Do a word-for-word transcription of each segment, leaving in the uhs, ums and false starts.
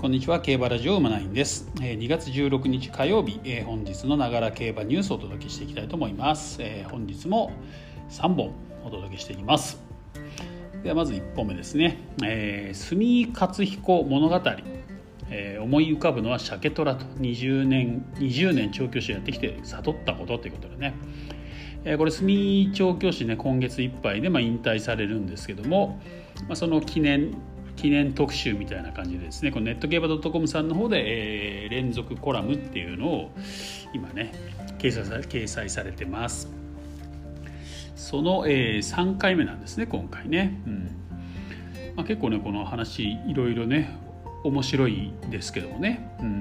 こんにちは。競馬ラジオ馬ナインです。にがつじゅうろくにち火曜日、本日のながら競馬ニュースをお届けしていきたいと思います。本日もさんぼんお届けしていきます。ではまずいっぽんめですね。住勝彦物語、えー、思い浮かぶのは鮭虎とにじゅうねんにじゅうねん調教師やってきて悟ったことということでね、えー、これ住調教師ね今月いっぱいで、まあ、引退されるんですけども、まあ、その記念記念特集みたいな感じでですね、このネット競馬 .com さんの方で、えー、連続コラムっていうのを今ね掲載さ掲載されてます。その、えー、さんかいめなんですね今回ね、うんまあ、結構ねこの話いろいろね面白いですけどもね、うん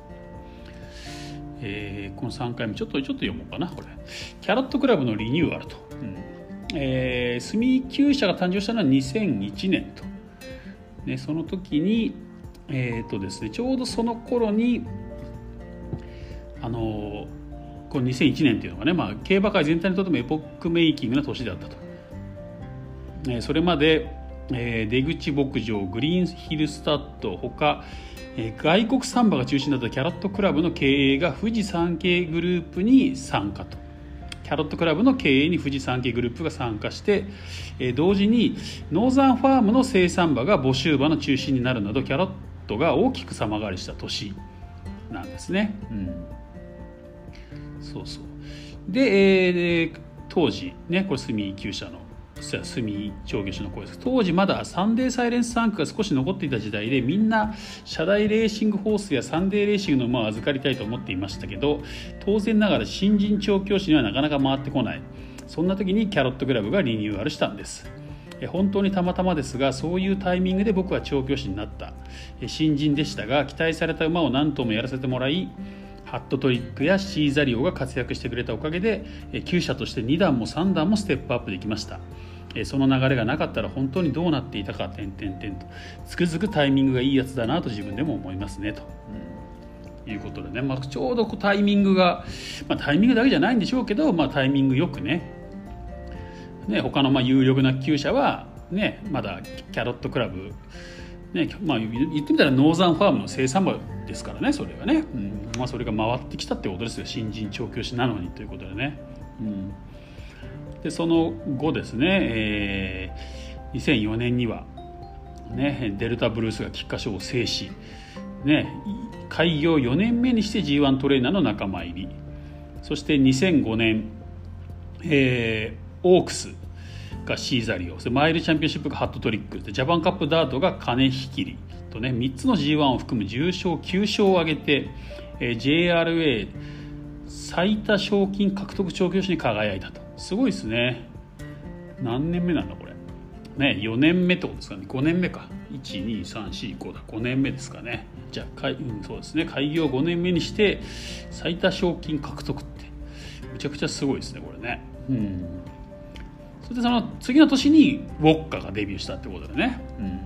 えー、このさんかいめちょっとちょっと読もうかな。これキャロットクラブのリニューアルと、うんえー、住きゅう社が誕生したのはにせんいちねんと、ね、その時に、えーとですね、ちょうどその頃にあのこのにせんいちねんっていうのがね、まあ、競馬界全体にとってもエポックメイキングな年であったと、えー、それまで、えー、出口牧場グリーンヒルスタッドほか、えー、外国産馬が中心だったキャロットクラブの経営が富士山系グループに参加と。キャロットクラブの経営に富士山系グループが参加して、えー、同時にノーザンファームの生産馬が募集馬の中心になるなどキャロットが大きく様変わりした年なんですね、うん、そうそうで、えー、当時ねこれ住きゅう社の住調教師の声です。当時まだサンデーサイレンス産区が少し残っていた時代で、みんな社大レーシングホースやサンデーレーシングの馬を預かりたいと思っていましたけど、当然ながら新人調教師にはなかなか回ってこない。そんな時にキャロットクラブがリニューアルしたんです。本当にたまたまですが、そういうタイミングで僕は調教師になった。新人でしたが期待された馬を何頭もやらせてもらい、ハットトリックやシーザリオが活躍してくれたおかげできゅう社としてにだんもさんだんもステップアップできました。その流れがなかったら本当にどうなっていたか点々点とつくづくタイミングがいいやつだなと自分でも思いますねと、うん、いうことでね、まあ、ちょうどこうタイミングが、まあ、タイミングだけじゃないんでしょうけど、まあ、タイミングよくねね他のまあ有力なきゅう社は、ね、まだキャロットクラブねまあ、言ってみたらノーザンファームの生産馬ですからね、それはね、うんまあ、それが回ってきたってことですよ。新人調教師なのにということでね、うんでその後ですね、えー、にせんよねんには、ね、デルタブルースが菊花賞を制し、ね、開業よねんめにして ジーワン トレーナーの仲間入り、そしてにせんごねん、えー、オークスがシーザリオ、マイルチャンピオンシップがハットトリック、ジャパンカップダートが金ひきりとね、みっつの ジーワン を含むじゅうしょうきゅうしょうを挙げて、えー、ジェイアールエー 最多賞金獲得調教師に輝いたと。すごいですね。何年目なんだこれね。よねんめってことですかね。ごねんめか。いち、に、さん、よん、ごだ。ごねんめですかね。じゃあ、うん、そうですね。開業ごねんめにして最多賞金獲得ってめちゃくちゃすごいですねこれね。うんそれでその次の年にウォッカがデビューしたってことでね、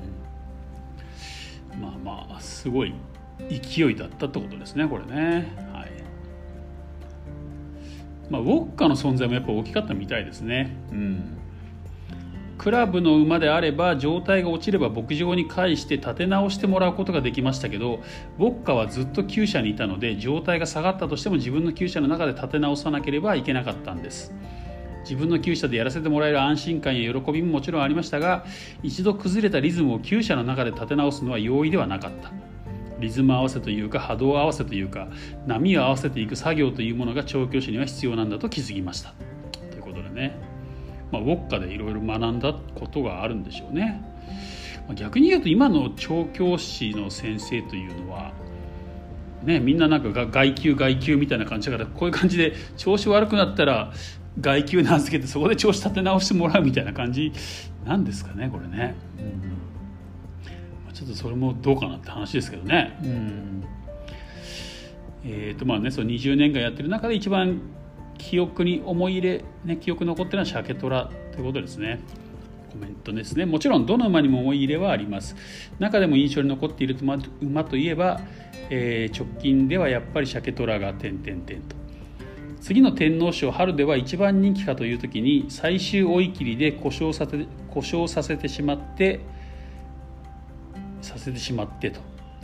うん、まあまあすごい勢いだったってことですねこれね。はいまあ、ウォッカの存在もやっぱ大きかったみたいですね、うん、クラブの馬であれば状態が落ちれば牧場に返して立て直してもらうことができましたけど、ウォッカはずっときゅう社にいたので状態が下がったとしても自分のきゅう社の中で立て直さなければいけなかったんです。自分のきゅう社でやらせてもらえる安心感や喜びももちろんありましたが、一度崩れたリズムをきゅう社の中で立て直すのは容易ではなかった。リズム合わせというか波動合わせというか波を合わせていく作業というものが調教師には必要なんだと気づきましたということでね、まあ、ウォッカでいろいろ学んだことがあるんでしょうね。逆に言うと今の調教師の先生というのはね、みんななんか外級外級みたいな感じだから、こういう感じで調子悪くなったら外級に預けてそこで調子立て直してもらうみたいな感じなんですかねこれね、うんちょっとそれもどうかなって話ですけどね。うんえーとまあね、そのにじゅうねんかんやってる中で一番記憶に思い入れ、ね、記憶に残ってるのは鮭虎ということですね。コメントですね。もちろんどの馬にも思い入れはあります。中でも印象に残っている馬といえば、えー、直近ではやっぱり鮭虎が点々点と。次の天皇賞春では一番人気かという時に最終追い切りで故障させ故障させてしまってさせてしまってと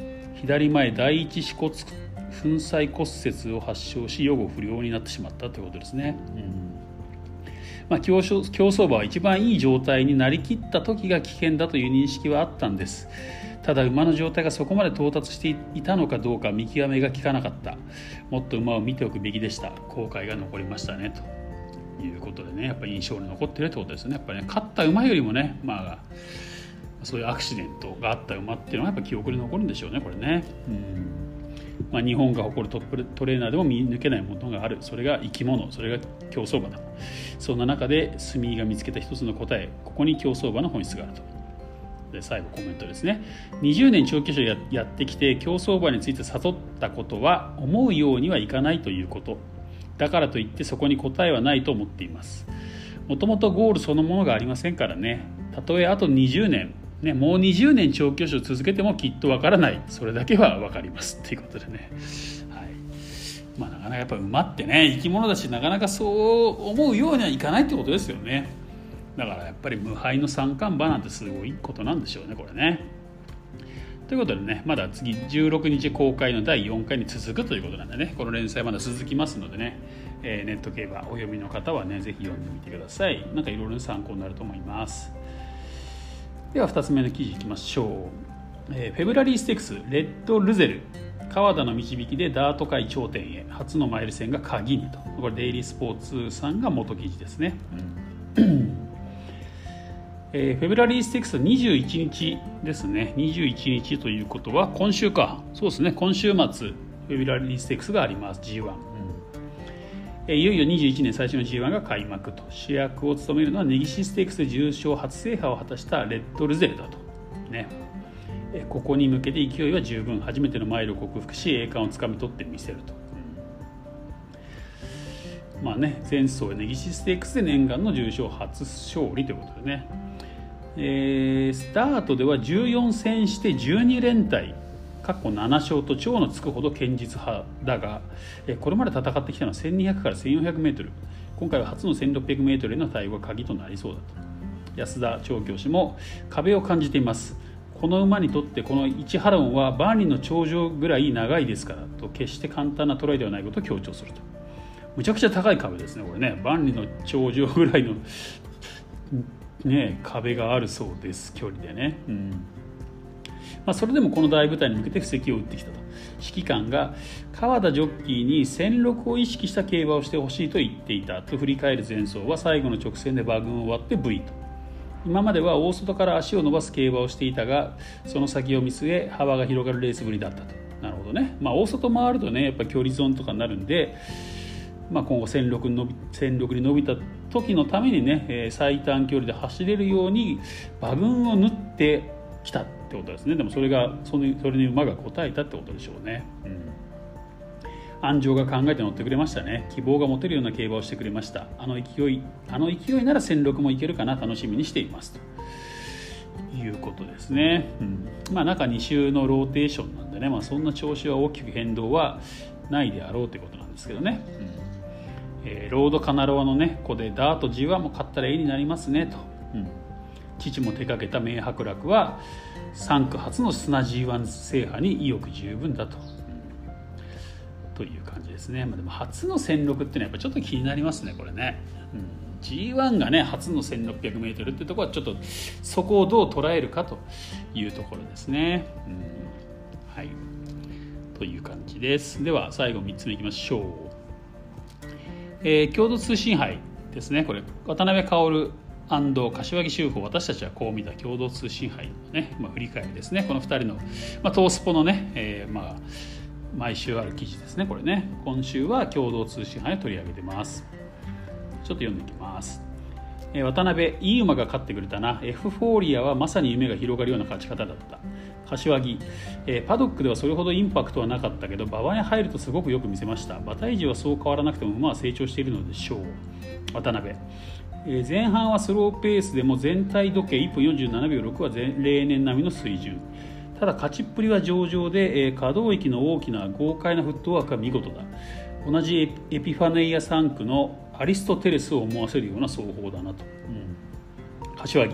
左前第一趾骨粉砕骨折を発症し予後不良になってしまったということですね。うんまあ、競走競走馬は一番いい状態になりきった時が危険だという認識はあったんです。ただ馬の状態がそこまで到達していたのかどうか見極めが効かなかった。もっと馬を見ておくべきでした。後悔が残りましたねということでね、やっぱり印象に残ってるってことですね。やっぱりね、勝った馬よりもね、まあそういうアクシデントがあった馬っていうのはやっぱ記憶に残るんでしょうね、これね。うんまあ、日本が誇るトップトレーナーでも見抜けないものがある。それが生き物、それが競走馬だ。そんな中で住井が見つけた一つの答え、ここに競走馬の本質があると。で最後コメントですね。にじゅうねん長距離を や, やってきて競走馬について悟ったことは、思うようにはいかないということ。だからといってそこに答えはないと思っています。もともとゴールそのものがありませんからね。たとえあとにじゅうねんね、もうにじゅうねん長距離を続けてもきっとわからない。それだけはわかりますっていうことでね、はいまあ、なかなかやっぱ馬ってね生き物だし、なかなかそう思うようにはいかないってことですよね。だからやっぱり無敗の三冠馬なんてすごいことなんでしょうね、これね。ということでね、まだ次じゅうろくにち公開のだいよんかいに続くということなんでね、この連載まだ続きますのでね、えー、ネット競馬お読みの方はねぜひ読んでみてください。なんかいろいろ参考になると思います。ではふたつめの記事いきましょう。えー、フェブラリーステークスレッドルゼル、川田の導きでダート界頂点へ、初のマイル戦が鍵にと。これデイリースポーツさんが元記事ですね。うんえー、フェブラリーステークスはにじゅういちにちですね。にじゅういちにちということは今週か。そうですね、今週末フェブラリーステークスがあります。 ジーワン、うん、いよいよにじゅういちねん最初の ジーワン が開幕と。主役を務めるのはネギシステークスで重賞初制覇を果たしたレッドルゼルだと、ね、ここに向けて勢いは十分。初めてのマイルを克服し栄冠をつかみ取ってみせると、うん、まあね、前走ネギシステークスで念願の重賞初勝利ということでね、えー、スタートではじゅうよん戦してじゅうに連隊過去なな勝と超のつくほど堅実派だが、これまで戦ってきたのはせんにひゃくからせんよんひゃくメートル、今回は初のせんろっぴゃくメートルへの対応が鍵となりそうだと。安田調教師も壁を感じています。この馬にとってこのいちハロンは万里の長城ぐらい長いですからと、決して簡単なトライではないことを強調すると。むちゃくちゃ高い壁ですね、これね。万里の長城ぐらいのね壁があるそうです、距離でね。うんまあ、それでもこの大舞台に向けて布石を打ってきたと。指揮官が川田ジョッキーに戦力を意識した競馬をしてほしいと言っていたと振り返る前走は、最後の直線で馬群を割って ブイ と。今までは大外から足を伸ばす競馬をしていたが、その先を見据え幅が広がるレースぶりだったと。なるほどね、まあ、大外回るとねやっぱ距離損とかになるんで、まあ、今後戦力に伸び、戦力に伸びた時のためにね、えー、最短距離で走れるように馬群を縫ってきたってことですね。でもそれがそれに馬が応えたってことでしょうね。うん、安城が考えて乗ってくれましたね。希望が持てるような競馬をしてくれました。あの勢いあの勢いなら戦力もいけるかな、楽しみにしていますということですね。うん、まあ中に週のローテーションなんでね、まあ、そんな調子は大きく変動はないであろうということなんですけどね。うんえー、ロードカナロアのね子でダート ジーワン も勝ったら絵になりますねと。うん父も手掛けた名伯楽はさん区初の砂 ジーワン 制覇に意欲十分だと、うん、という感じですね。まあ、でも初の戦力ってのはやっぱちょっと気になりますね、これね。うん、ジーワン がね初の せんろっぴゃくメートル ってところはちょっとそこをどう捉えるかというところですね。うん、はいという感じです。では最後みっつめいきましょう。えー、共同通信杯ですね。これ渡辺薫柏木修法、私たちはこう見た共同通信杯のね、まあ、振り返りですね。このふたりの、まあ、トースポのね、えー、まあ毎週ある記事ですね。これね、今週は共同通信杯を取り上げてます。ちょっと読んでいきます。えー、渡辺、いい馬が勝ってくれたな。エフフォーリアはまさに夢が広がるような勝ち方だった。柏木、えー、パドックではそれほどインパクトはなかったけど馬場に入るとすごくよく見せました。馬体重はそう変わらなくても馬は成長しているのでしょう。渡辺、前半はスローペースでも全体時計いっぷんよんじゅうななびょうろくは例年並みの水準。ただ勝ちっぷりは上々で、可動域の大きな豪快なフットワークは見事だ。同じエピファネイアさん区のアリストテレスを思わせるような走法だなと。うん、柏木、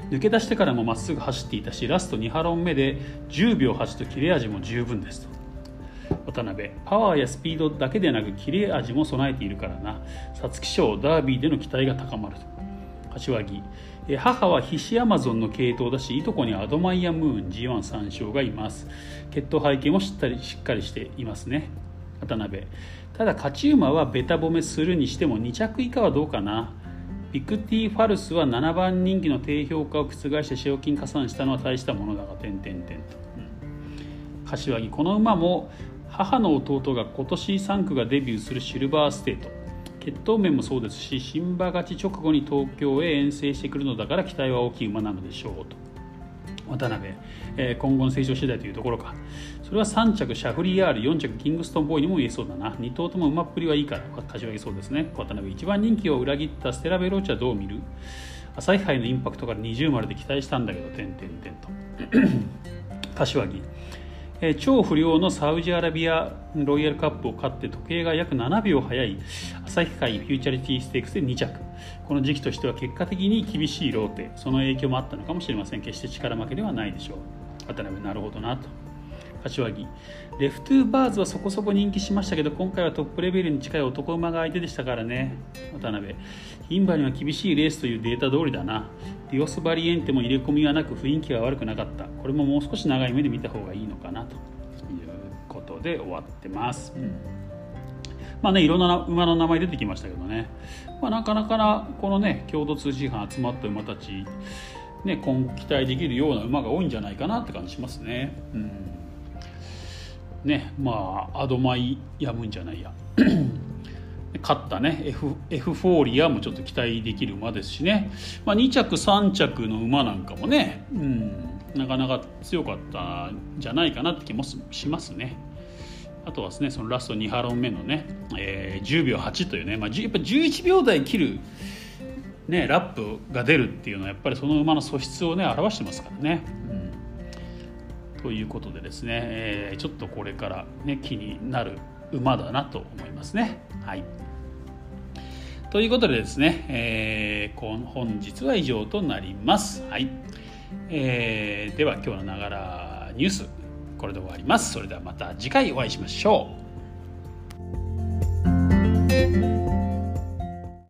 抜け出してからもまっすぐ走っていたし、ラストにハロン目でじゅうびょうはちと切れ味も十分ですと。渡辺、パワーやスピードだけでなく切れ味も備えているからな。皐月賞ダービーでの期待が高まると。柏木、母はヒシアマゾンの系統だし、いとこにアドマイヤムーン ジーワンさん 勝がいます。血統背景もしっかりしっかりしていますね。渡辺、ただ勝ち馬はベタ褒めするにしてもに着以下はどうかな。ビクティファルスはななばん人気の低評価を覆して使用金加算したのは大したものだが点々点と、うん、柏木、この馬も母の弟が今年さん区がデビューするシルバーステート、血統面もそうですし、新馬勝ち直後に東京へ遠征してくるのだから期待は大きい馬なのでしょうと。渡辺、えー、今後の成長次第というところか。それはさん着シャフリヤール、よん着キングストンボーイにも言えそうだな。に頭とも馬っぷりはいいから柏木そうですね。渡辺、いちばん人気を裏切ったステラベローチはどう見る？朝日杯のインパクトからにじゅう丸で期待したんだけど点々点と柏木、えー、超不良のサウジアラビアロイヤルカップを勝って時計が約ななびょう早い朝日杯フューチャリティステークスでに着。この時期としては結果的に厳しいローテ、その影響もあったのかもしれません。決して力負けではないでしょう。渡辺、なるほどなと。柏木、レフトゥーバーズはそこそこ人気しましたけど、今回はトップレベルに近い男馬が相手でしたからね。渡辺、牝馬には厳しいレースというデータ通りだな。ディオスバリエンテも入れ込みはなく雰囲気は悪くなかった。これももう少し長い目で見た方がいいのかなということで終わってます、うん。まあね、いろんな馬の名前出てきましたけどね、まあ、なかなかなこのね共同通信班集まった馬たち、ね、今後期待できるような馬が多いんじゃないかなって感じしますね。うんね、まあアドマイヤムンじゃないや勝ったね F, エフフォーリアもちょっと期待できる馬ですしね、まあ、に着さん着の馬なんかもね、うん、なかなか強かったんじゃないかなって気もしますね。あとはですね、そのラストにハロン目のね、えー、じゅうびょうはちというね、まあ、やっぱじゅういちびょう台切る、ね、ラップが出るっていうのはやっぱりその馬の素質をね表してますからね。うん、ということでですね、えー、ちょっとこれから、ね、気になる馬だなと思いますね。はい。ということでですね、えー、本日は以上となります。はい。えー、では今日のながらニュース、これで終わります。それではまた次回お会いしましょう。